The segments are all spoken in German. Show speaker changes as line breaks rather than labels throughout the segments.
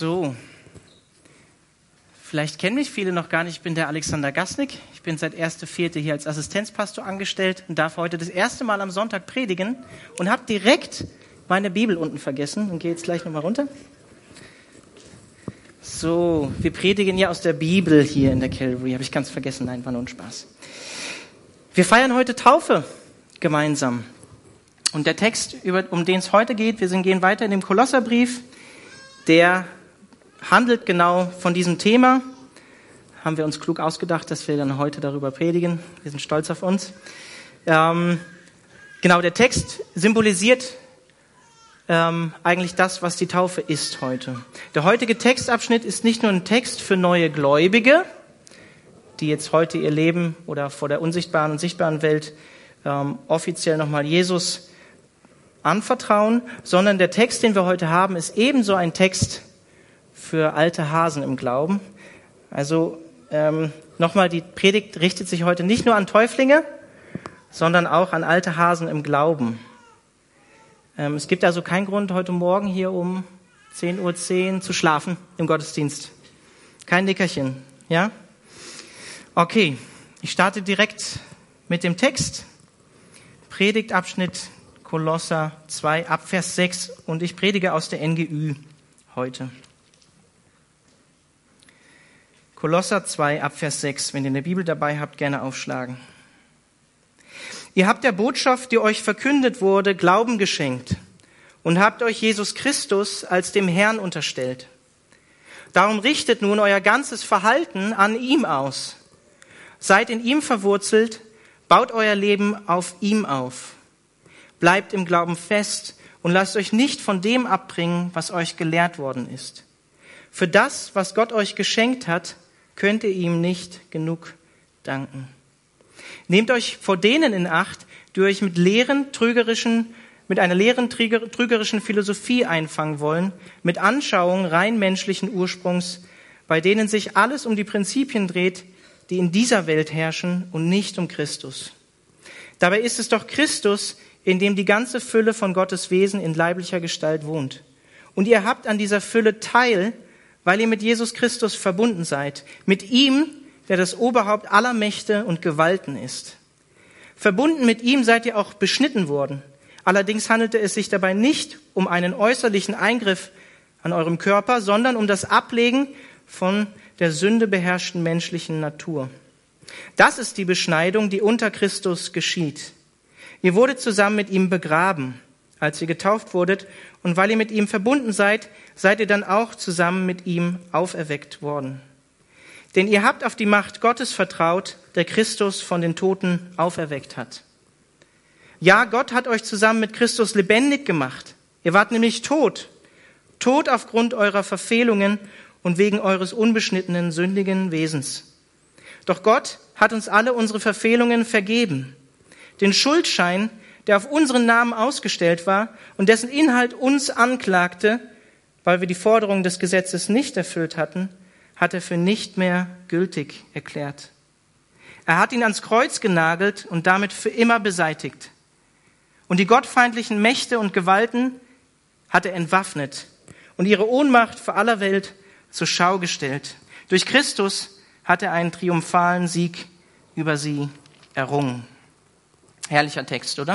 So, vielleicht kennen mich viele noch gar nicht. Ich bin der Alexander Gasnick. Ich bin seit 1.4. hier als Assistenzpastor angestellt und darf heute das erste Mal am Sonntag predigen und habe direkt meine Bibel unten vergessen und gehe jetzt gleich nochmal runter. So, wir predigen ja aus der Bibel hier in der Calvary. Habe ich ganz vergessen. Nein, war nur ein Spaß. Wir feiern heute Taufe gemeinsam. Und der Text, um den es heute geht, gehen weiter in dem Kolosserbrief, der handelt genau von diesem Thema. Haben wir uns klug ausgedacht, dass wir dann heute darüber predigen. Wir sind stolz auf uns. Genau, der Text symbolisiert eigentlich das, was die Taufe ist heute. Der heutige Textabschnitt ist nicht nur ein Text für neue Gläubige, die jetzt heute ihr Leben oder vor der unsichtbaren und sichtbaren Welt offiziell nochmal Jesus anvertrauen, sondern der Text, den wir heute haben, ist ebenso ein Text für alte Hasen im Glauben. Also nochmal, die Predigt richtet sich heute nicht nur an Täuflinge, sondern auch an alte Hasen im Glauben. Es gibt also keinen Grund, heute Morgen hier um 10:10 Uhr zu schlafen im Gottesdienst. Kein Nickerchen, ja? Okay, ich starte direkt mit dem Text. Predigtabschnitt Kolosser 2 ab Vers 6 und ich predige aus der NGÜ heute. Kolosser 2 ab Vers 6, wenn ihr eine Bibel dabei habt, gerne aufschlagen. Ihr habt der Botschaft, die euch verkündet wurde, Glauben geschenkt und habt euch Jesus Christus als dem Herrn unterstellt. Darum richtet nun euer ganzes Verhalten an ihm aus. Seid in ihm verwurzelt, baut euer Leben auf ihm auf. Bleibt im Glauben fest und lasst euch nicht von dem abbringen, was euch gelehrt worden ist. Für das, was Gott euch geschenkt hat, könnt ihr ihm nicht genug danken. Nehmt euch vor denen in Acht, die euch mit einer leeren, trügerischen Philosophie einfangen wollen, mit Anschauungen rein menschlichen Ursprungs, bei denen sich alles um die Prinzipien dreht, die in dieser Welt herrschen und nicht um Christus. Dabei ist es doch Christus, in dem die ganze Fülle von Gottes Wesen in leiblicher Gestalt wohnt. Und ihr habt an dieser Fülle Teil, weil ihr mit Jesus Christus verbunden seid, mit ihm, der das Oberhaupt aller Mächte und Gewalten ist. Verbunden mit ihm seid ihr auch beschnitten worden. Allerdings handelte es sich dabei nicht um einen äußerlichen Eingriff an eurem Körper, sondern um das Ablegen von der Sünde beherrschten menschlichen Natur. Das ist die Beschneidung, die unter Christus geschieht. Ihr wurdet zusammen mit ihm begraben, als ihr getauft wurdet, und weil ihr mit ihm verbunden seid, seid ihr dann auch zusammen mit ihm auferweckt worden. Denn ihr habt auf die Macht Gottes vertraut, der Christus von den Toten auferweckt hat. Ja, Gott hat euch zusammen mit Christus lebendig gemacht. Ihr wart nämlich tot aufgrund eurer Verfehlungen und wegen eures unbeschnittenen, sündigen Wesens. Doch Gott hat uns alle unsere Verfehlungen vergeben. Den Schuldschein, der auf unseren Namen ausgestellt war und dessen Inhalt uns anklagte, weil wir die Forderungen des Gesetzes nicht erfüllt hatten, hat er für nicht mehr gültig erklärt. Er hat ihn ans Kreuz genagelt und damit für immer beseitigt. Und die gottfeindlichen Mächte und Gewalten hat er entwaffnet und ihre Ohnmacht vor aller Welt zur Schau gestellt. Durch Christus hat er einen triumphalen Sieg über sie errungen. Herrlicher Text, oder?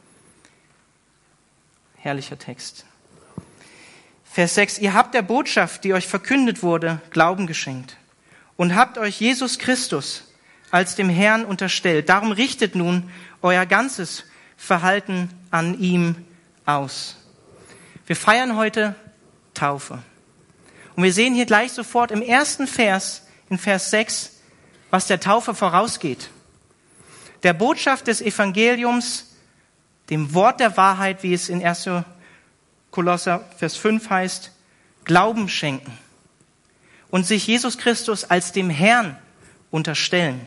Herrlicher Text. Vers 6. Ihr habt der Botschaft, die euch verkündet wurde, Glauben geschenkt und habt euch Jesus Christus als dem Herrn unterstellt. Darum richtet nun euer ganzes Verhalten an ihm aus. Wir feiern heute Taufe. Und wir sehen hier gleich sofort im ersten Vers, in Vers 6, was der Taufe vorausgeht. Der Botschaft des Evangeliums, dem Wort der Wahrheit, wie es in 1. Kolosser, Vers 5 heißt, Glauben schenken und sich Jesus Christus als dem Herrn unterstellen.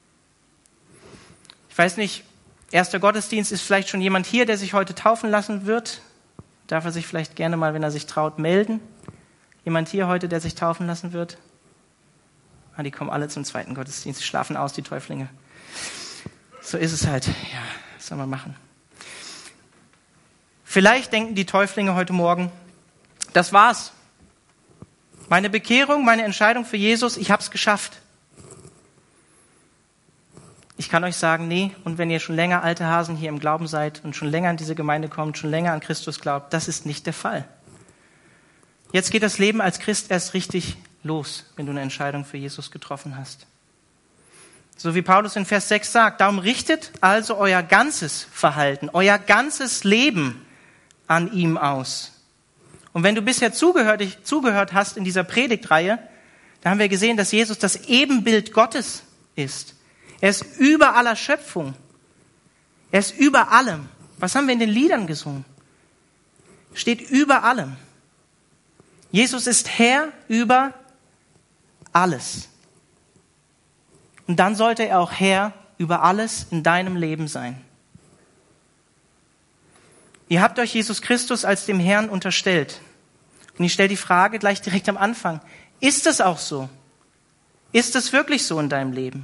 Ich weiß nicht, erster Gottesdienst, ist vielleicht schon jemand hier, der sich heute taufen lassen wird? Darf er sich vielleicht gerne mal, wenn er sich traut, melden? Jemand hier heute, der sich taufen lassen wird? Die kommen alle zum zweiten Gottesdienst, die schlafen aus, die Täuflinge. So ist es halt. Ja, was soll man machen? Vielleicht denken die Täuflinge heute Morgen, das war's. Meine Bekehrung, meine Entscheidung für Jesus, ich habe es geschafft. Ich kann euch sagen, nee, und wenn ihr schon länger alte Hasen hier im Glauben seid und schon länger in diese Gemeinde kommt, schon länger an Christus glaubt, das ist nicht der Fall. Jetzt geht das Leben als Christ erst richtig los, wenn du eine Entscheidung für Jesus getroffen hast. So wie Paulus in Vers 6 sagt, darum richtet also euer ganzes Verhalten, euer ganzes Leben an ihm aus. Und wenn du bisher zugehört hast in dieser Predigtreihe, da haben wir gesehen, dass Jesus das Ebenbild Gottes ist. Er ist über aller Schöpfung. Er ist über allem. Was haben wir in den Liedern gesungen? Steht über allem. Jesus ist Herr über alles. Und dann sollte er auch Herr über alles in deinem Leben sein. Ihr habt euch Jesus Christus als dem Herrn unterstellt. Und ich stelle die Frage gleich direkt am Anfang. Ist es auch so? Ist es wirklich so in deinem Leben?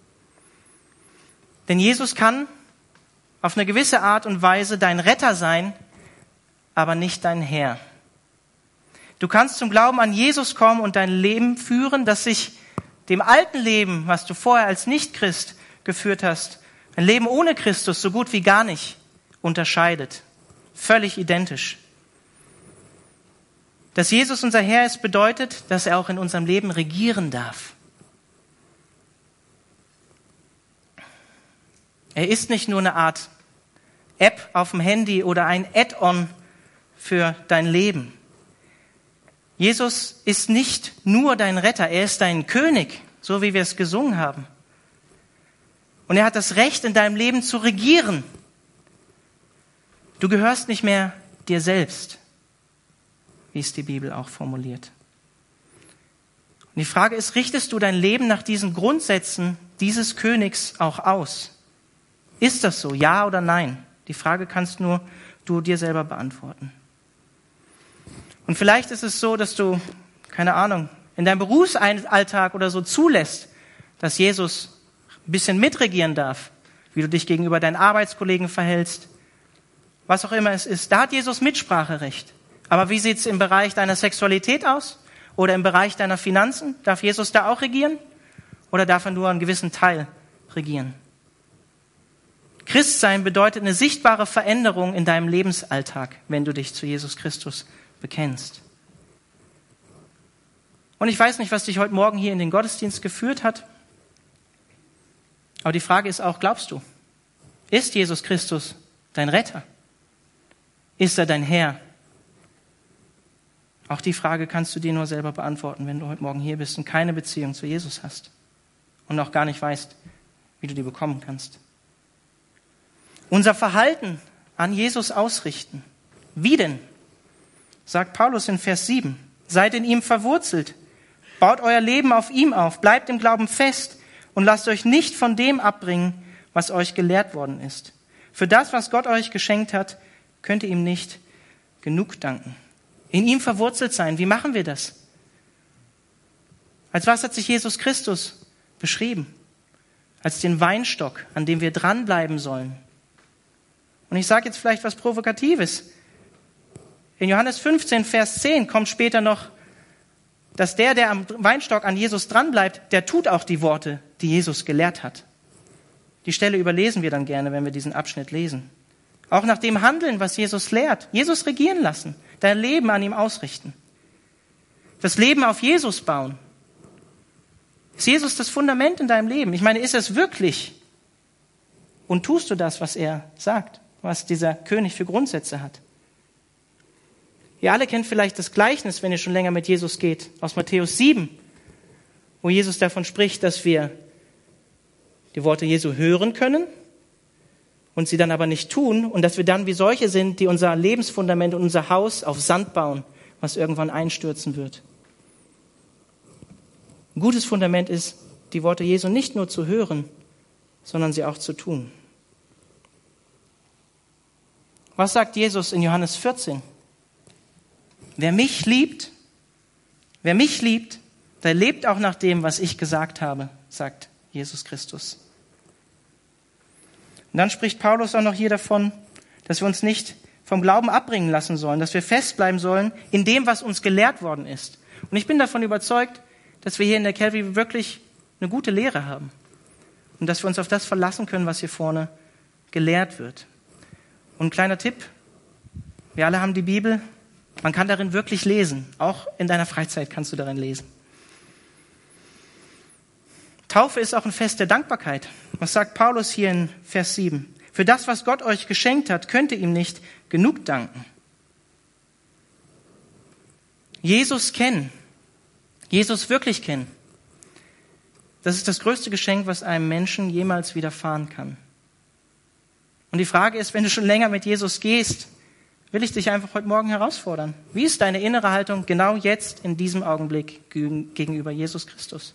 Denn Jesus kann auf eine gewisse Art und Weise dein Retter sein, aber nicht dein Herr. Du kannst zum Glauben an Jesus kommen und dein Leben führen, das sich dem alten Leben, was du vorher als Nicht-Christ geführt hast, ein Leben ohne Christus so gut wie gar nicht unterscheidet. Völlig identisch. Dass Jesus unser Herr ist, bedeutet, dass er auch in unserem Leben regieren darf. Er ist nicht nur eine Art App auf dem Handy oder ein Add-on für dein Leben. Jesus ist nicht nur dein Retter, er ist dein König, so wie wir es gesungen haben. Und er hat das Recht, in deinem Leben zu regieren. Du gehörst nicht mehr dir selbst, wie es die Bibel auch formuliert. Und die Frage ist, richtest du dein Leben nach diesen Grundsätzen dieses Königs auch aus? Ist das so, ja oder nein? Die Frage kannst nur du dir selber beantworten. Und vielleicht ist es so, dass du, keine Ahnung, in deinem Berufsalltag oder so zulässt, dass Jesus ein bisschen mitregieren darf, wie du dich gegenüber deinen Arbeitskollegen verhältst, was auch immer es ist. Da hat Jesus Mitspracherecht. Aber wie sieht es im Bereich deiner Sexualität aus? Oder im Bereich deiner Finanzen? Darf Jesus da auch regieren? Oder darf er nur einen gewissen Teil regieren? Christsein bedeutet eine sichtbare Veränderung in deinem Lebensalltag, wenn du dich zu Jesus Christus bekennst. Und ich weiß nicht, was dich heute Morgen hier in den Gottesdienst geführt hat, aber die Frage ist auch, glaubst du? Ist Jesus Christus dein Retter? Ist er dein Herr? Auch die Frage kannst du dir nur selber beantworten, wenn du heute Morgen hier bist und keine Beziehung zu Jesus hast und auch gar nicht weißt, wie du die bekommen kannst. Unser Verhalten an Jesus ausrichten. Wie denn? Sagt Paulus in Vers 7. Seid in ihm verwurzelt. Baut euer Leben auf ihm auf. Bleibt im Glauben fest und lasst euch nicht von dem abbringen, was euch gelehrt worden ist. Für das, was Gott euch geschenkt hat, könnt ihr ihm nicht genug danken. In ihm verwurzelt sein. Wie machen wir das? Als was hat sich Jesus Christus beschrieben? Als den Weinstock, an dem wir dranbleiben sollen. Und ich sage jetzt vielleicht was Provokatives. In Johannes 15, Vers 10 kommt später noch, dass der am Weinstock an Jesus dranbleibt, der tut auch die Worte, die Jesus gelehrt hat. Die Stelle überlesen wir dann gerne, wenn wir diesen Abschnitt lesen. Auch nach dem Handeln, was Jesus lehrt. Jesus regieren lassen, dein Leben an ihm ausrichten. Das Leben auf Jesus bauen. Ist Jesus das Fundament in deinem Leben? Ich meine, ist es wirklich? Und tust du das, was er sagt? Was dieser König für Grundsätze hat? Ihr alle kennt vielleicht das Gleichnis, wenn ihr schon länger mit Jesus geht, aus Matthäus 7, wo Jesus davon spricht, dass wir die Worte Jesu hören können und sie dann aber nicht tun und dass wir dann wie solche sind, die unser Lebensfundament und unser Haus auf Sand bauen, was irgendwann einstürzen wird. Ein gutes Fundament ist, die Worte Jesu nicht nur zu hören, sondern sie auch zu tun. Was sagt Jesus in Johannes 14? Wer mich liebt, der lebt auch nach dem, was ich gesagt habe, sagt Jesus Christus. Und dann spricht Paulus auch noch hier davon, dass wir uns nicht vom Glauben abbringen lassen sollen, dass wir festbleiben sollen in dem, was uns gelehrt worden ist. Und ich bin davon überzeugt, dass wir hier in der Calvary wirklich eine gute Lehre haben. Und dass wir uns auf das verlassen können, was hier vorne gelehrt wird. Und ein kleiner Tipp, wir alle haben die Bibel, man kann darin wirklich lesen. Auch in deiner Freizeit kannst du darin lesen. Taufe ist auch ein Fest der Dankbarkeit. Was sagt Paulus hier in Vers 7? Für das, was Gott euch geschenkt hat, könnt ihr ihm nicht genug danken. Jesus kennen, Jesus wirklich kennen, das ist das größte Geschenk, was einem Menschen jemals widerfahren kann. Und die Frage ist, wenn du schon länger mit Jesus gehst, will ich dich einfach heute Morgen herausfordern. Wie ist deine innere Haltung genau jetzt in diesem Augenblick gegenüber Jesus Christus?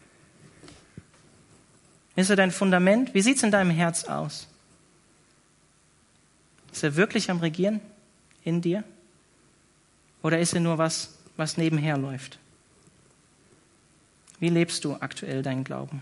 Ist er dein Fundament? Wie sieht es in deinem Herz aus? Ist er wirklich am Regieren in dir? Oder ist er nur was nebenher läuft? Wie lebst du aktuell deinen Glauben?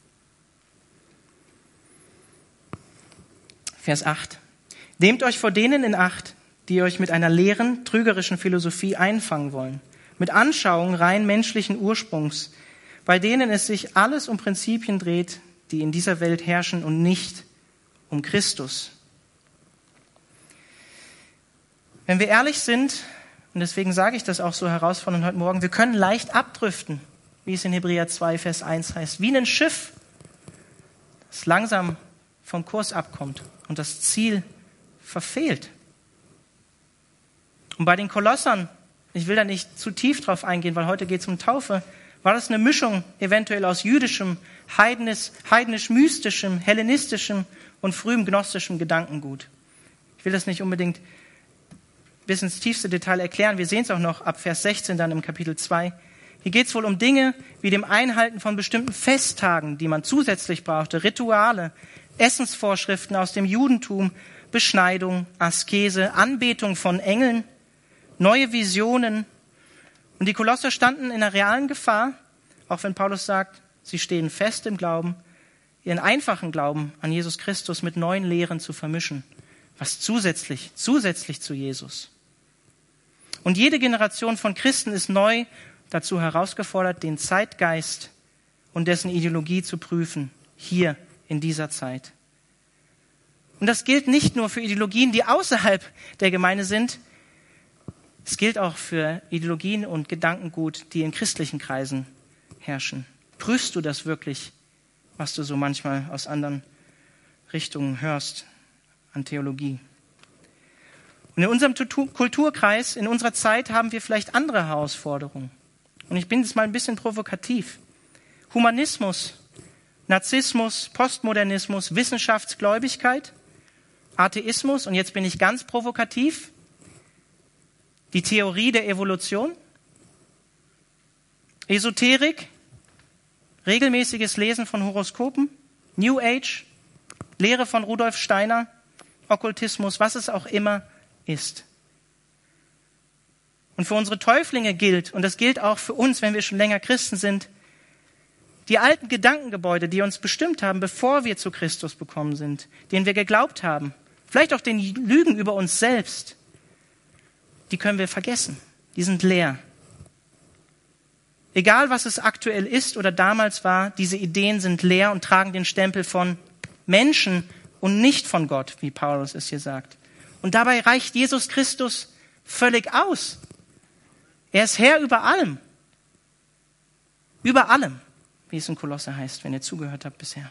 Vers 8. Nehmt euch vor denen in Acht, die euch mit einer leeren, trügerischen Philosophie einfangen wollen, mit Anschauungen rein menschlichen Ursprungs, bei denen es sich alles um Prinzipien dreht, die in dieser Welt herrschen und nicht um Christus. Wenn wir ehrlich sind, und deswegen sage ich das auch so herausfordernd heute Morgen, wir können leicht abdriften, wie es in Hebräer 2, Vers 1 heißt, wie ein Schiff, das langsam vom Kurs abkommt und das Ziel verfehlt. Und bei den Kolossern, ich will da nicht zu tief drauf eingehen, weil heute geht es um Taufe, war das eine Mischung eventuell aus jüdischem, heidnisch-mystischem, hellenistischem und frühem gnostischem Gedankengut. Ich will das nicht unbedingt bis ins tiefste Detail erklären. Wir sehen es auch noch ab Vers 16 dann im Kapitel 2. Hier geht es wohl um Dinge wie dem Einhalten von bestimmten Festtagen, die man zusätzlich brauchte, Rituale, Essensvorschriften aus dem Judentum, Beschneidung, Askese, Anbetung von Engeln, neue Visionen. Und die Kolosser standen in einer realen Gefahr, auch wenn Paulus sagt, sie stehen fest im Glauben, ihren einfachen Glauben an Jesus Christus mit neuen Lehren zu vermischen, was zusätzlich zu Jesus. Und jede Generation von Christen ist neu dazu herausgefordert, den Zeitgeist und dessen Ideologie zu prüfen, hier in dieser Zeit. Und das gilt nicht nur für Ideologien, die außerhalb der Gemeinde sind, es gilt auch für Ideologien und Gedankengut, die in christlichen Kreisen herrschen. Prüfst du das wirklich, was du so manchmal aus anderen Richtungen hörst an Theologie? Und in unserem Kulturkreis, in unserer Zeit haben wir vielleicht andere Herausforderungen. Und ich bin jetzt mal ein bisschen provokativ. Humanismus, Narzissmus, Postmodernismus, Wissenschaftsgläubigkeit, Atheismus, und jetzt bin ich ganz provokativ, die Theorie der Evolution, Esoterik, regelmäßiges Lesen von Horoskopen, New Age, Lehre von Rudolf Steiner, Okkultismus, was es auch immer ist. Und für unsere Täuflinge gilt, und das gilt auch für uns, wenn wir schon länger Christen sind, die alten Gedankengebäude, die uns bestimmt haben, bevor wir zu Christus gekommen sind, denen wir geglaubt haben, vielleicht auch den Lügen über uns selbst, die können wir vergessen. Die sind leer. Egal, was es aktuell ist oder damals war, diese Ideen sind leer und tragen den Stempel von Menschen und nicht von Gott, wie Paulus es hier sagt. Und dabei reicht Jesus Christus völlig aus. Er ist Herr über allem. Über allem, wie es in Kolosser heißt, wenn ihr zugehört habt bisher.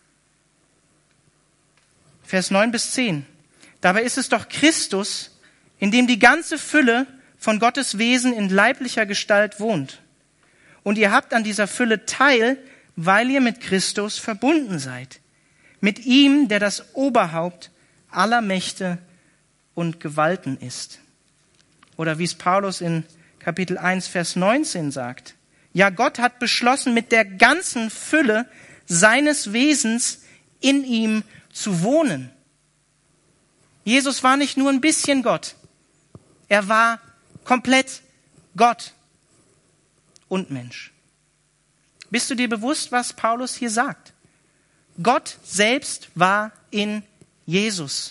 Vers 9 bis 10. Dabei ist es doch Christus, in dem die ganze Fülle von Gottes Wesen in leiblicher Gestalt wohnt. Und ihr habt an dieser Fülle teil, weil ihr mit Christus verbunden seid. Mit ihm, der das Oberhaupt aller Mächte und Gewalten ist. Oder wie es Paulus in Kapitel 1, Vers 19 sagt. Ja, Gott hat beschlossen, mit der ganzen Fülle seines Wesens in ihm zu wohnen. Jesus war nicht nur ein bisschen Gott. Er war komplett Gott und Mensch. Bist du dir bewusst, was Paulus hier sagt? Gott selbst war in Jesus.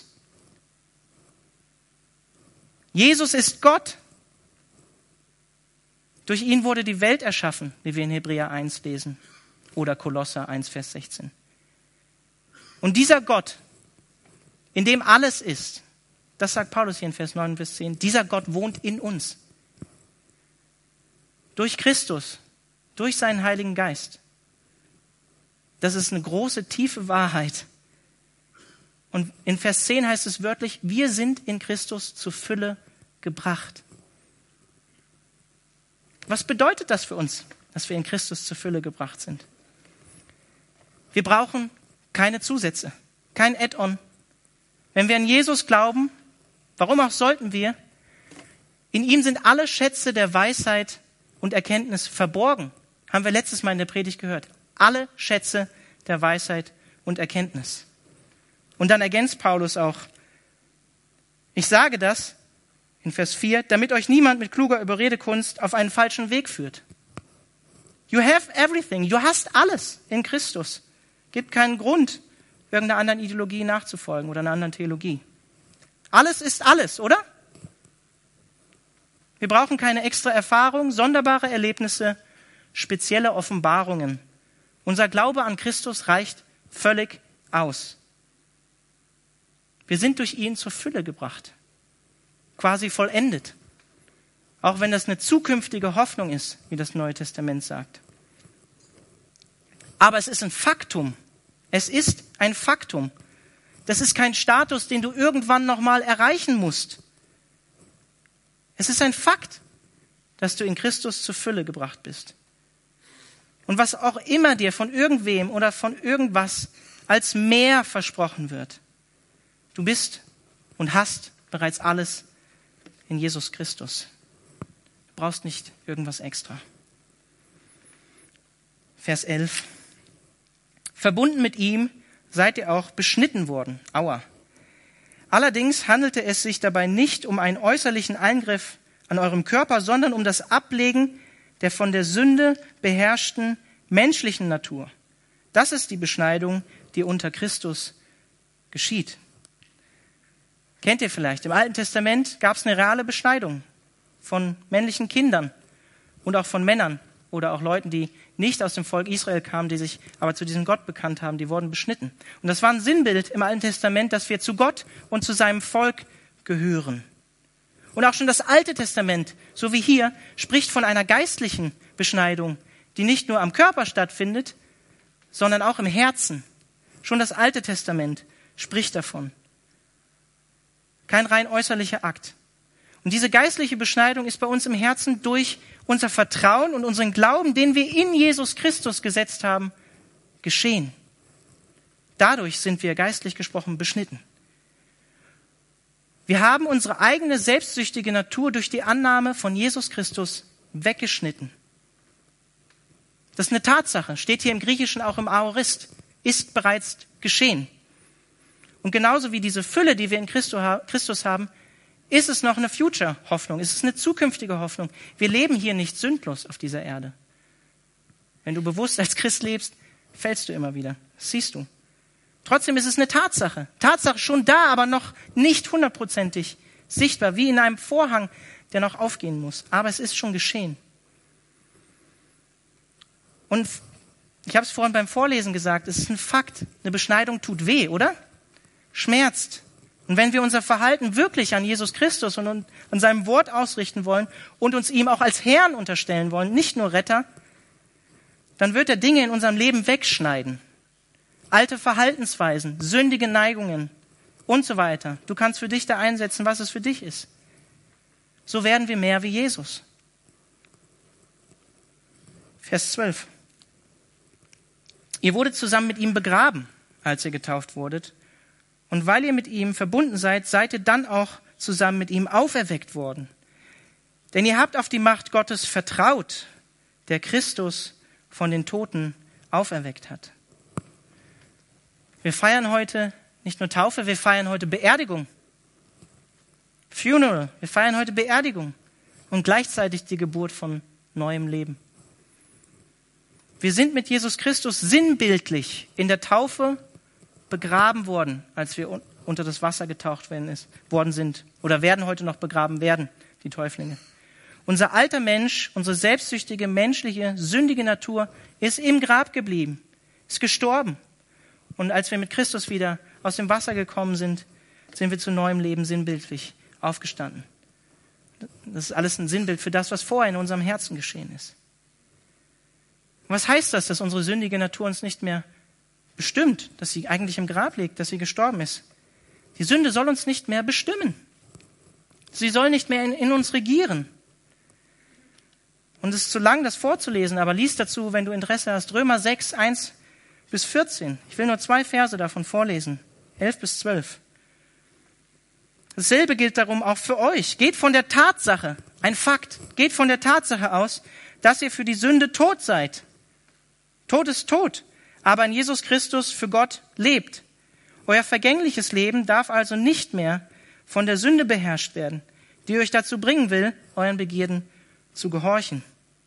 Jesus ist Gott. Durch ihn wurde die Welt erschaffen, wie wir in Hebräer 1 lesen oder Kolosser 1, Vers 16. Und dieser Gott, in dem alles ist, das sagt Paulus hier in Vers 9 bis 10, dieser Gott wohnt in uns. Durch Christus, durch seinen Heiligen Geist. Das ist eine große, tiefe Wahrheit. Und in Vers 10 heißt es wörtlich, wir sind in Christus zur Fülle gebracht. Was bedeutet das für uns, dass wir in Christus zur Fülle gebracht sind? Wir brauchen keine Zusätze, kein Add-on. Wenn wir an Jesus glauben, warum auch sollten wir, in ihm sind alle Schätze der Weisheit und Erkenntnis verborgen. Haben wir letztes Mal in der Predigt gehört. Alle Schätze der Weisheit und Erkenntnis. Und dann ergänzt Paulus auch, ich sage das in Vers 4, damit euch niemand mit kluger Überredekunst auf einen falschen Weg führt. You have everything. Du hast alles in Christus. Gibt keinen Grund, irgendeiner anderen Ideologie nachzufolgen oder einer anderen Theologie. Alles ist alles, oder? Wir brauchen keine extra Erfahrung, sonderbare Erlebnisse, spezielle Offenbarungen. Unser Glaube an Christus reicht völlig aus. Wir sind durch ihn zur Fülle gebracht, quasi vollendet. Auch wenn das eine zukünftige Hoffnung ist, wie das Neue Testament sagt. Aber es ist ein Faktum. Es ist ein Faktum. Das ist kein Status, den du irgendwann nochmal erreichen musst. Es ist ein Fakt, dass du in Christus zur Fülle gebracht bist. Und was auch immer dir von irgendwem oder von irgendwas als mehr versprochen wird, du bist und hast bereits alles in Jesus Christus. Du brauchst nicht irgendwas extra. Vers 11. Verbunden mit ihm seid ihr auch beschnitten worden. Aua. Allerdings handelte es sich dabei nicht um einen äußerlichen Eingriff an eurem Körper, sondern um das Ablegen der von der Sünde beherrschten menschlichen Natur. Das ist die Beschneidung, die unter Christus geschieht. Kennt ihr vielleicht? Im Alten Testament gab es eine reale Beschneidung von männlichen Kindern und auch von Männern oder auch Leuten, die nicht aus dem Volk Israel kamen, die sich aber zu diesem Gott bekannt haben, die wurden beschnitten. Und das war ein Sinnbild im Alten Testament, dass wir zu Gott und zu seinem Volk gehören. Und auch schon das Alte Testament, so wie hier, spricht von einer geistlichen Beschneidung, die nicht nur am Körper stattfindet, sondern auch im Herzen. Schon das Alte Testament spricht davon. Kein rein äußerlicher Akt. Und diese geistliche Beschneidung ist bei uns im Herzen durch unser Vertrauen und unseren Glauben, den wir in Jesus Christus gesetzt haben, geschehen. Dadurch sind wir geistlich gesprochen beschnitten. Wir haben unsere eigene selbstsüchtige Natur durch die Annahme von Jesus Christus weggeschnitten. Das ist eine Tatsache, steht hier im Griechischen auch im Aorist, ist bereits geschehen. Und genauso wie diese Fülle, die wir in Christus haben, ist es noch eine Future-Hoffnung, ist es eine zukünftige Hoffnung. Wir leben hier nicht sündlos auf dieser Erde. Wenn du bewusst als Christ lebst, fällst du immer wieder. Das siehst du. Trotzdem ist es eine Tatsache. Tatsache schon da, aber noch nicht 100%ig sichtbar, wie in einem Vorhang, der noch aufgehen muss. Aber es ist schon geschehen. Und ich habe es vorhin beim Vorlesen gesagt, es ist ein Fakt. Eine Beschneidung tut weh, oder? Schmerzt. Und wenn wir unser Verhalten wirklich an Jesus Christus und an seinem Wort ausrichten wollen und uns ihm auch als Herrn unterstellen wollen, nicht nur Retter, dann wird er Dinge in unserem Leben wegschneiden. Alte Verhaltensweisen, sündige Neigungen und so weiter. Du kannst für dich da einsetzen, was es für dich ist. So werden wir mehr wie Jesus. Vers 12. Ihr wurdet zusammen mit ihm begraben, als ihr getauft wurdet. Und weil ihr mit ihm verbunden seid, seid ihr dann auch zusammen mit ihm auferweckt worden. Denn ihr habt auf die Macht Gottes vertraut, der Christus von den Toten auferweckt hat. Wir feiern heute nicht nur Taufe, wir feiern heute Beerdigung. Funeral, wir feiern heute Beerdigung und gleichzeitig die Geburt von neuem Leben. Wir sind mit Jesus Christus sinnbildlich in der Taufe begraben worden, als wir unter das Wasser getaucht worden sind oder werden heute noch begraben werden, die Täuflinge. Unser alter Mensch, unsere selbstsüchtige, menschliche, sündige Natur ist im Grab geblieben, ist gestorben. Und als wir mit Christus wieder aus dem Wasser gekommen sind, sind wir zu neuem Leben sinnbildlich aufgestanden. Das ist alles ein Sinnbild für das, was vorher in unserem Herzen geschehen ist. Und was heißt das, dass unsere sündige Natur uns nicht mehr bestimmt, dass sie eigentlich im Grab liegt, dass sie gestorben ist? Die Sünde soll uns nicht mehr bestimmen. Sie soll nicht mehr in uns regieren. Und es ist zu lang, das vorzulesen, aber lies dazu, wenn du Interesse hast, Römer 6, 1 bis 14. Ich will nur 2 Verse davon vorlesen, 11 bis 12. Dasselbe gilt darum auch für euch. Geht von der Tatsache, ein Fakt, geht von der Tatsache aus, dass ihr für die Sünde tot seid. Tod ist tot, aber in Jesus Christus für Gott lebt. Euer vergängliches Leben darf also nicht mehr von der Sünde beherrscht werden, die euch dazu bringen will, euren Begierden zu gehorchen.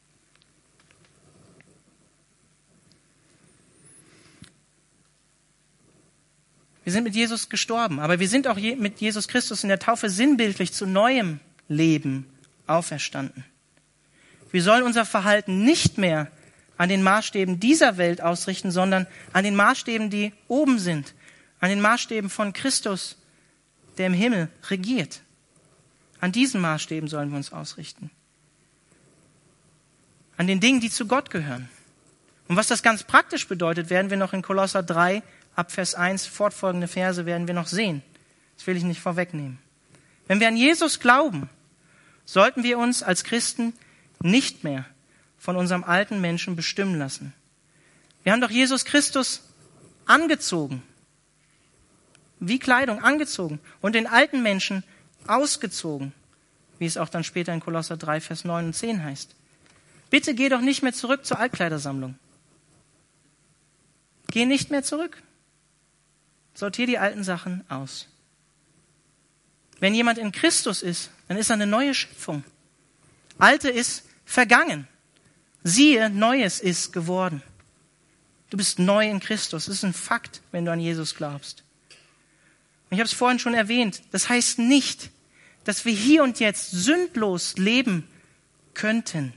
Wir sind mit Jesus gestorben, aber wir sind auch mit Jesus Christus in der Taufe sinnbildlich zu neuem Leben auferstanden. Wir sollen unser Verhalten nicht mehr an den Maßstäben dieser Welt ausrichten, sondern an den Maßstäben, die oben sind, an den Maßstäben von Christus, der im Himmel regiert. An diesen Maßstäben sollen wir uns ausrichten. An den Dingen, die zu Gott gehören. Und was das ganz praktisch bedeutet, werden wir noch in Kolosser 3, ab Vers 1, fortfolgende Verse werden wir noch sehen. Das will ich nicht vorwegnehmen. Wenn wir an Jesus glauben, sollten wir uns als Christen nicht mehr von unserem alten Menschen bestimmen lassen. Wir haben doch Jesus Christus angezogen, wie Kleidung angezogen und den alten Menschen ausgezogen, wie es auch dann später in Kolosser 3, Vers 9 und 10 heißt. Bitte geh doch nicht mehr zurück zur Altkleidersammlung. Geh nicht mehr zurück. Sortier die alten Sachen aus. Wenn jemand in Christus ist, dann ist er eine neue Schöpfung. Alte ist vergangen. Siehe, Neues ist geworden. Du bist neu in Christus. Das ist ein Fakt, wenn du an Jesus glaubst. Und ich habe es vorhin schon erwähnt. Das heißt nicht, dass wir hier und jetzt sündlos leben könnten.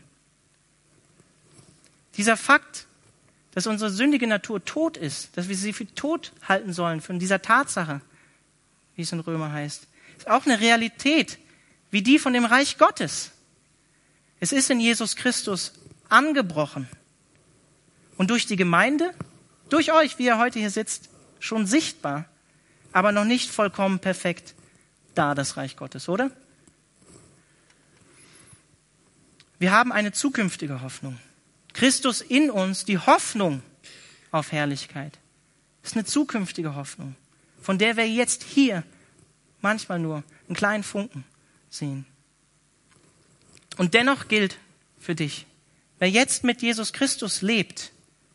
Dieser Fakt, dass unsere sündige Natur tot ist, dass wir sie für tot halten sollen von dieser Tatsache, wie es in Römer heißt, ist auch eine Realität, wie die von dem Reich Gottes. Es ist in Jesus Christus angebrochen und durch die Gemeinde, durch euch, wie ihr heute hier sitzt, schon sichtbar, aber noch nicht vollkommen perfekt da, das Reich Gottes, oder? Wir haben eine zukünftige Hoffnung. Christus in uns, die Hoffnung auf Herrlichkeit, ist eine zukünftige Hoffnung, von der wir jetzt hier manchmal nur einen kleinen Funken sehen. Und dennoch gilt für dich, wer jetzt mit Jesus Christus lebt,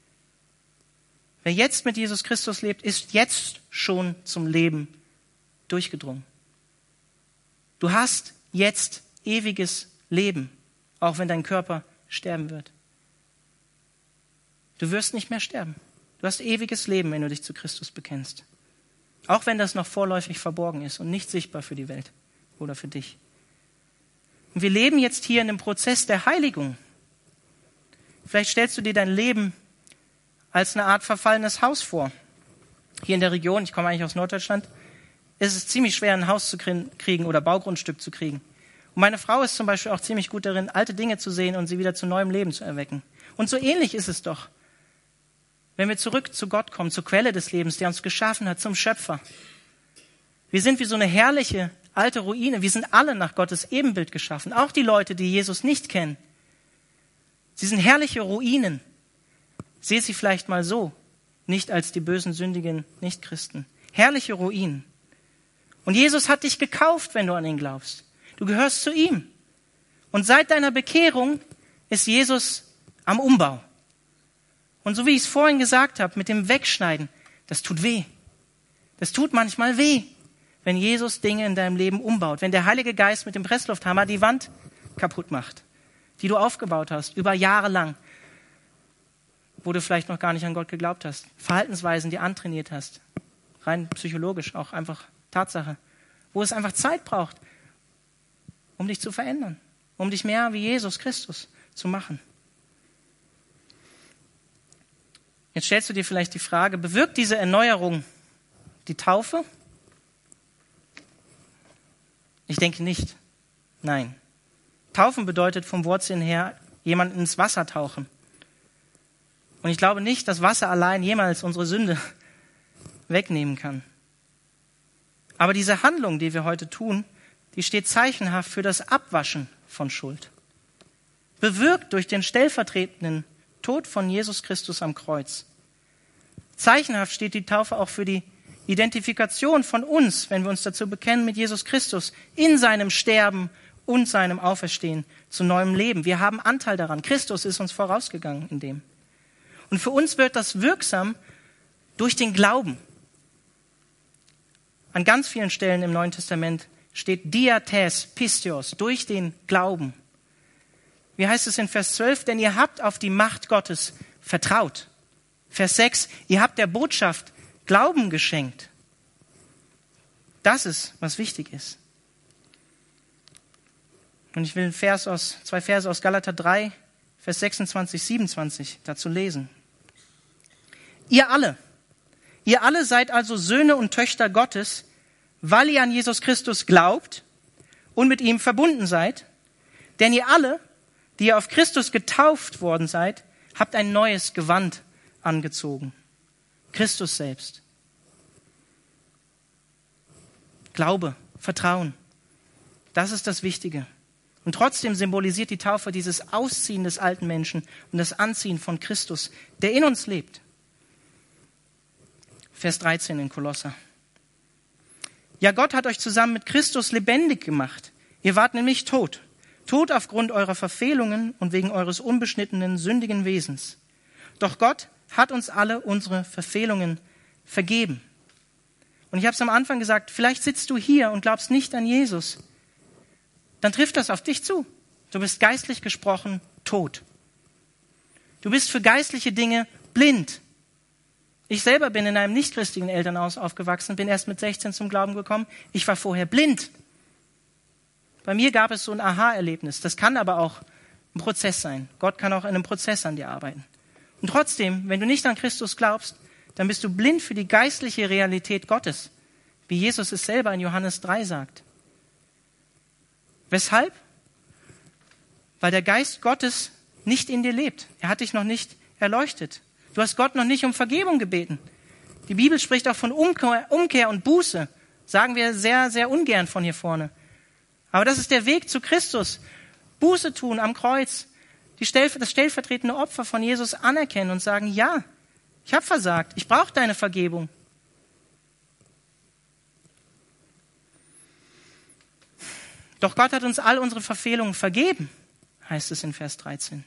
ist jetzt schon zum Leben durchgedrungen. Du hast jetzt ewiges Leben, auch wenn dein Körper sterben wird. Du wirst nicht mehr sterben. Du hast ewiges Leben, wenn du dich zu Christus bekennst. Auch wenn das noch vorläufig verborgen ist und nicht sichtbar für die Welt oder für dich. Und wir leben jetzt hier in einem Prozess der Heiligung. Vielleicht stellst du dir dein Leben als eine Art verfallenes Haus vor. Hier in der Region, ich komme eigentlich aus Norddeutschland, ist es ziemlich schwer, ein Haus zu kriegen oder Baugrundstück zu kriegen. Und meine Frau ist zum Beispiel auch ziemlich gut darin, alte Dinge zu sehen und sie wieder zu neuem Leben zu erwecken. Und so ähnlich ist es doch, wenn wir zurück zu Gott kommen, zur Quelle des Lebens, der uns geschaffen hat, zum Schöpfer. Wir sind wie so eine herrliche alte Ruine. Wir sind alle nach Gottes Ebenbild geschaffen. Auch die Leute, die Jesus nicht kennen. Sie sind herrliche Ruinen. Seht sie vielleicht mal so, nicht als die bösen, sündigen Nichtchristen. Herrliche Ruinen. Und Jesus hat dich gekauft, wenn du an ihn glaubst. Du gehörst zu ihm. Und seit deiner Bekehrung ist Jesus am Umbau. Und so wie ich es vorhin gesagt habe, mit dem Wegschneiden, das tut weh. Das tut manchmal weh, wenn Jesus Dinge in deinem Leben umbaut. Wenn der Heilige Geist mit dem Presslufthammer die Wand kaputt macht, die du aufgebaut hast, über Jahre lang, wo du vielleicht noch gar nicht an Gott geglaubt hast. Verhaltensweisen, die antrainiert hast. Rein psychologisch auch einfach Tatsache. Wo es einfach Zeit braucht, um dich zu verändern. um dich mehr wie Jesus Christus zu machen. Jetzt stellst du dir vielleicht die Frage, bewirkt diese Erneuerung die Taufe? Ich denke nicht. Nein. Taufen bedeutet vom Wortsinn her, jemanden ins Wasser tauchen. Und ich glaube nicht, dass Wasser allein jemals unsere Sünde wegnehmen kann. Aber diese Handlung, die wir heute tun, die steht zeichenhaft für das Abwaschen von Schuld. Bewirkt durch den stellvertretenden Tod von Jesus Christus am Kreuz. Zeichenhaft steht die Taufe auch für die Identifikation von uns, wenn wir uns dazu bekennen, mit Jesus Christus in seinem Sterben und seinem Auferstehen zu neuem Leben. Wir haben Anteil daran. Christus ist uns vorausgegangen in dem. Und für uns wird das wirksam durch den Glauben. An ganz vielen Stellen im Neuen Testament steht diates, pistios, durch den Glauben. Wie heißt es in Vers 12? Denn ihr habt auf die Macht Gottes vertraut. Vers 6, ihr habt der Botschaft Glauben geschenkt. Das ist, was wichtig ist. Und ich will zwei Verse aus Galater 3, Vers 26, 27 dazu lesen. Ihr alle seid also Söhne und Töchter Gottes, weil ihr an Jesus Christus glaubt und mit ihm verbunden seid. Denn ihr alle, die ihr auf Christus getauft worden seid, habt ein neues Gewand angezogen. Christus selbst. Glaube, Vertrauen. Das ist das Wichtige. Und trotzdem symbolisiert die Taufe dieses Ausziehen des alten Menschen und das Anziehen von Christus, der in uns lebt. Vers 13 in Kolosser. Ja, Gott hat euch zusammen mit Christus lebendig gemacht. Ihr wart nämlich tot. Tot aufgrund eurer Verfehlungen und wegen eures unbeschnittenen, sündigen Wesens. Doch Gott hat uns alle unsere Verfehlungen vergeben. Und ich habe es am Anfang gesagt, vielleicht sitzt du hier und glaubst nicht an Jesus. Dann trifft das auf dich zu. Du bist geistlich gesprochen tot. Du bist für geistliche Dinge blind. Ich selber bin in einem nicht-christlichen Elternhaus aufgewachsen, bin erst mit 16 zum Glauben gekommen. Ich war vorher blind. Bei mir gab es so ein Aha-Erlebnis. Das kann aber auch ein Prozess sein. Gott kann auch in einem Prozess an dir arbeiten. Und trotzdem, wenn du nicht an Christus glaubst, dann bist du blind für die geistliche Realität Gottes, wie Jesus es selber in Johannes 3 sagt. Weshalb? Weil der Geist Gottes nicht in dir lebt. Er hat dich noch nicht erleuchtet. Du hast Gott noch nicht um Vergebung gebeten. Die Bibel spricht auch von Umkehr und Buße. Sagen wir sehr, sehr ungern von hier vorne. Aber das ist der Weg zu Christus. Buße tun am Kreuz. Das stellvertretende Opfer von Jesus anerkennen und sagen, ja, ich habe versagt. Ich brauche deine Vergebung. Doch Gott hat uns all unsere Verfehlungen vergeben, heißt es in Vers 13.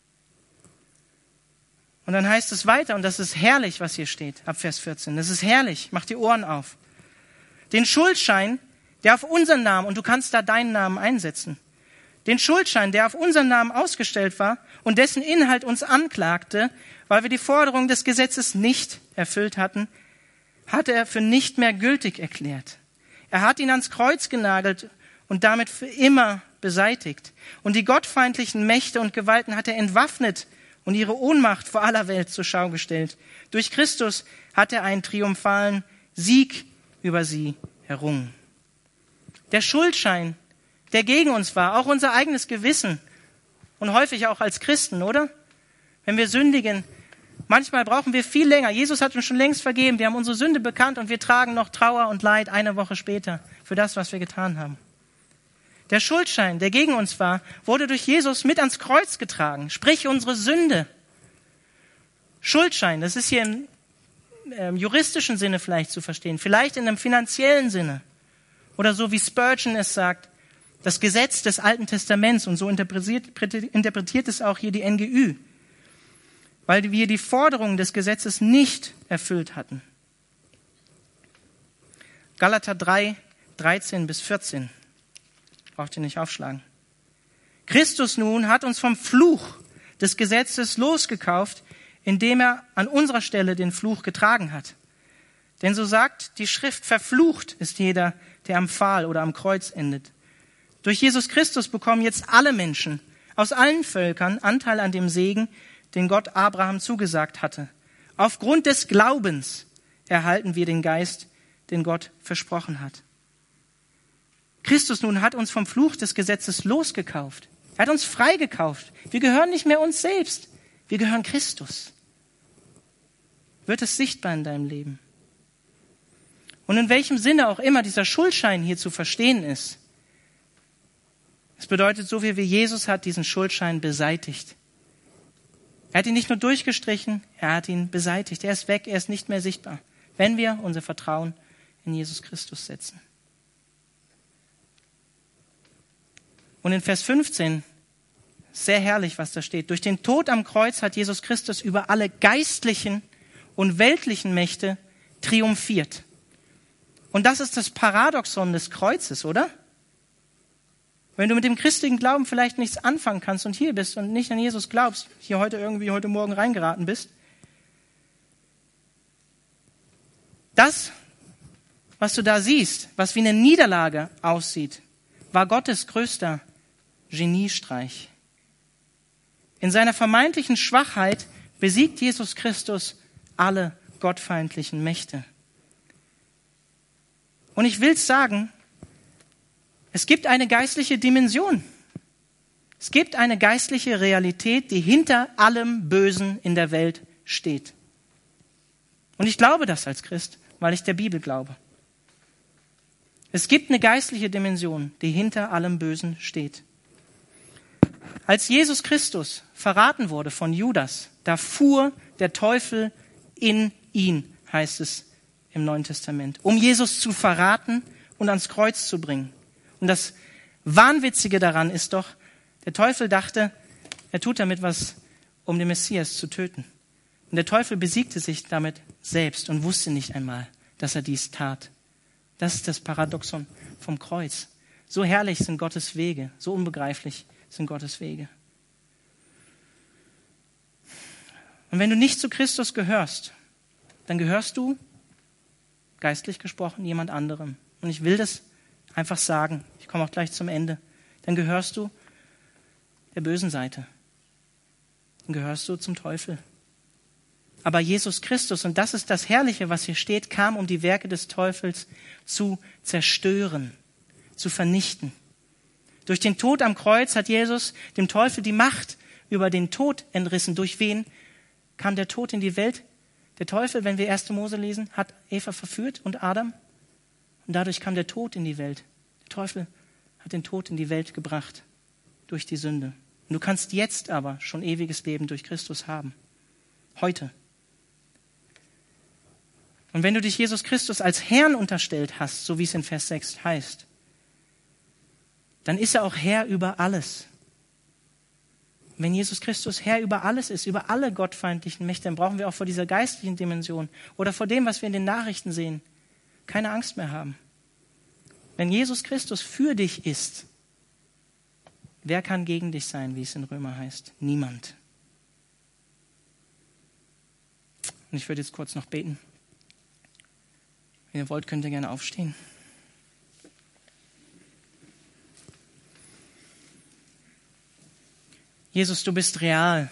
Und dann heißt es weiter, und das ist herrlich, was hier steht, ab Vers 14. Das ist herrlich, mach die Ohren auf. Den Schuldschein, der auf unseren Namen, und du kannst da deinen Namen einsetzen, den Schuldschein, der auf unseren Namen ausgestellt war und dessen Inhalt uns anklagte, weil wir die Forderung des Gesetzes nicht erfüllt hatten, hat er für nicht mehr gültig erklärt. Er hat ihn ans Kreuz genagelt und damit für immer beseitigt. Und die gottfeindlichen Mächte und Gewalten hat er entwaffnet und ihre Ohnmacht vor aller Welt zur Schau gestellt. Durch Christus hat er einen triumphalen Sieg über sie errungen. Der Schuldschein, der gegen uns war, auch unser eigenes Gewissen und häufig auch als Christen, oder? Wenn wir sündigen, manchmal brauchen wir viel länger. Jesus hat uns schon längst vergeben. Wir haben unsere Sünde bekannt und wir tragen noch Trauer und Leid eine Woche später für das, was wir getan haben. Der Schuldschein, der gegen uns war, wurde durch Jesus mit ans Kreuz getragen. Sprich, unsere Sünde. Schuldschein, das ist hier im juristischen Sinne vielleicht zu verstehen, vielleicht in einem finanziellen Sinne. Oder so wie Spurgeon es sagt, das Gesetz des Alten Testaments, und so interpretiert es auch hier die NGÜ, weil wir die Forderungen des Gesetzes nicht erfüllt hatten. Galater 3, 13 bis 14. Braucht ihr nicht aufschlagen. Christus nun hat uns vom Fluch des Gesetzes losgekauft, indem er an unserer Stelle den Fluch getragen hat. Denn so sagt die Schrift, verflucht ist jeder, der am Pfahl oder am Kreuz endet. Durch Jesus Christus bekommen jetzt alle Menschen aus allen Völkern Anteil an dem Segen, den Gott Abraham zugesagt hatte. Aufgrund des Glaubens erhalten wir den Geist, den Gott versprochen hat. Christus nun hat uns vom Fluch des Gesetzes losgekauft. Er hat uns freigekauft. Wir gehören nicht mehr uns selbst. Wir gehören Christus. Wird es sichtbar in deinem Leben? Und in welchem Sinne auch immer dieser Schuldschein hier zu verstehen ist, es bedeutet, so wie Jesus hat diesen Schuldschein beseitigt. Er hat ihn nicht nur durchgestrichen, er hat ihn beseitigt. Er ist weg, er ist nicht mehr sichtbar, wenn wir unser Vertrauen in Jesus Christus setzen. Und in Vers 15, sehr herrlich, was da steht. Durch den Tod am Kreuz hat Jesus Christus über alle geistlichen und weltlichen Mächte triumphiert. Und das ist das Paradoxon des Kreuzes, oder? Wenn du mit dem christlichen Glauben vielleicht nichts anfangen kannst und hier bist und nicht an Jesus glaubst, hier heute Morgen reingeraten bist, das, was du da siehst, was wie eine Niederlage aussieht, war Gottes größter Geniestreich. In seiner vermeintlichen Schwachheit besiegt Jesus Christus alle gottfeindlichen Mächte. Und ich will sagen, es gibt eine geistliche Dimension. Es gibt eine geistliche Realität, die hinter allem Bösen in der Welt steht. Und ich glaube das als Christ, weil ich der Bibel glaube. Es gibt eine geistliche Dimension, die hinter allem Bösen steht. Als Jesus Christus verraten wurde von Judas, da fuhr der Teufel in ihn, heißt es im Neuen Testament, um Jesus zu verraten und ans Kreuz zu bringen. Und das Wahnwitzige daran ist doch, der Teufel dachte, er tut damit was, um den Messias zu töten. Und der Teufel besiegte sich damit selbst und wusste nicht einmal, dass er dies tat. Das ist das Paradoxon vom Kreuz. So herrlich sind Gottes Wege, so unbegreiflich sind Gottes Wege. Und wenn du nicht zu Christus gehörst, dann gehörst du, geistlich gesprochen, jemand anderem. Und ich will das einfach sagen, ich komme auch gleich zum Ende. Dann gehörst du der bösen Seite. Dann gehörst du zum Teufel. Aber Jesus Christus, und das ist das Herrliche, was hier steht, kam, um die Werke des Teufels zu zerstören, zu vernichten. Durch den Tod am Kreuz hat Jesus dem Teufel die Macht über den Tod entrissen. Durch wen kam der Tod in die Welt? Der Teufel, wenn wir 1. Mose lesen, hat Eva verführt und Adam. Und dadurch kam der Tod in die Welt. Der Teufel hat den Tod in die Welt gebracht durch die Sünde. Und du kannst jetzt aber schon ewiges Leben durch Christus haben. Heute. Und wenn du dich Jesus Christus als Herrn unterstellt hast, so wie es in Vers 6 heißt, dann ist er auch Herr über alles. Wenn Jesus Christus Herr über alles ist, über alle gottfeindlichen Mächte, dann brauchen wir auch vor dieser geistlichen Dimension oder vor dem, was wir in den Nachrichten sehen, keine Angst mehr haben. Wenn Jesus Christus für dich ist, wer kann gegen dich sein, wie es in Römer heißt? Niemand. Und ich würde jetzt kurz noch beten. Wenn ihr wollt, könnt ihr gerne aufstehen. Jesus, du bist real.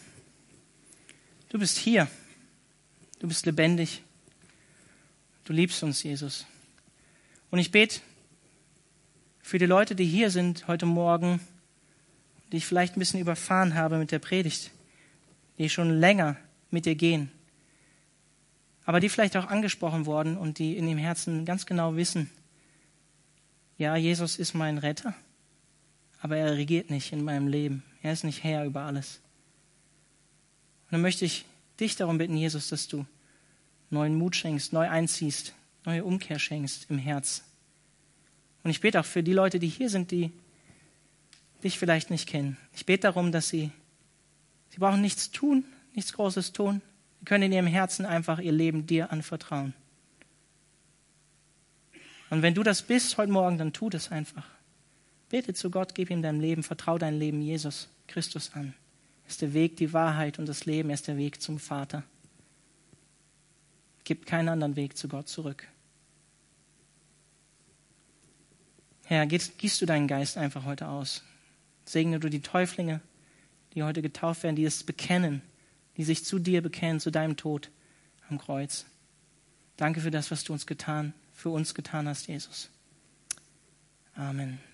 Du bist hier. Du bist lebendig. Du liebst uns, Jesus. Und ich bete für die Leute, die hier sind heute Morgen, die ich vielleicht ein bisschen überfahren habe mit der Predigt, die schon länger mit dir gehen, aber die vielleicht auch angesprochen wurden und die in ihrem Herzen ganz genau wissen, ja, Jesus ist mein Retter, aber er regiert nicht in meinem Leben. Er ist nicht Herr über alles. Und dann möchte ich dich darum bitten, Jesus, dass du neuen Mut schenkst, neu einziehst, neue Umkehr schenkst im Herz. Und ich bete auch für die Leute, die hier sind, die dich vielleicht nicht kennen. Ich bete darum, dass sie brauchen nichts tun, nichts Großes tun. Sie können in ihrem Herzen einfach ihr Leben dir anvertrauen. Und wenn du das bist heute Morgen, dann tu das einfach. Bete zu Gott, gib ihm dein Leben, vertrau dein Leben Jesus Christus an. Er ist der Weg, die Wahrheit und das Leben. Er ist der Weg zum Vater. Gibt keinen anderen Weg zu Gott zurück. Herr, gießt du deinen Geist einfach heute aus. Segne du die Täuflinge, die heute getauft werden, die es bekennen, die sich zu dir bekennen, zu deinem Tod am Kreuz. Danke für das, was du für uns getan hast, Jesus. Amen.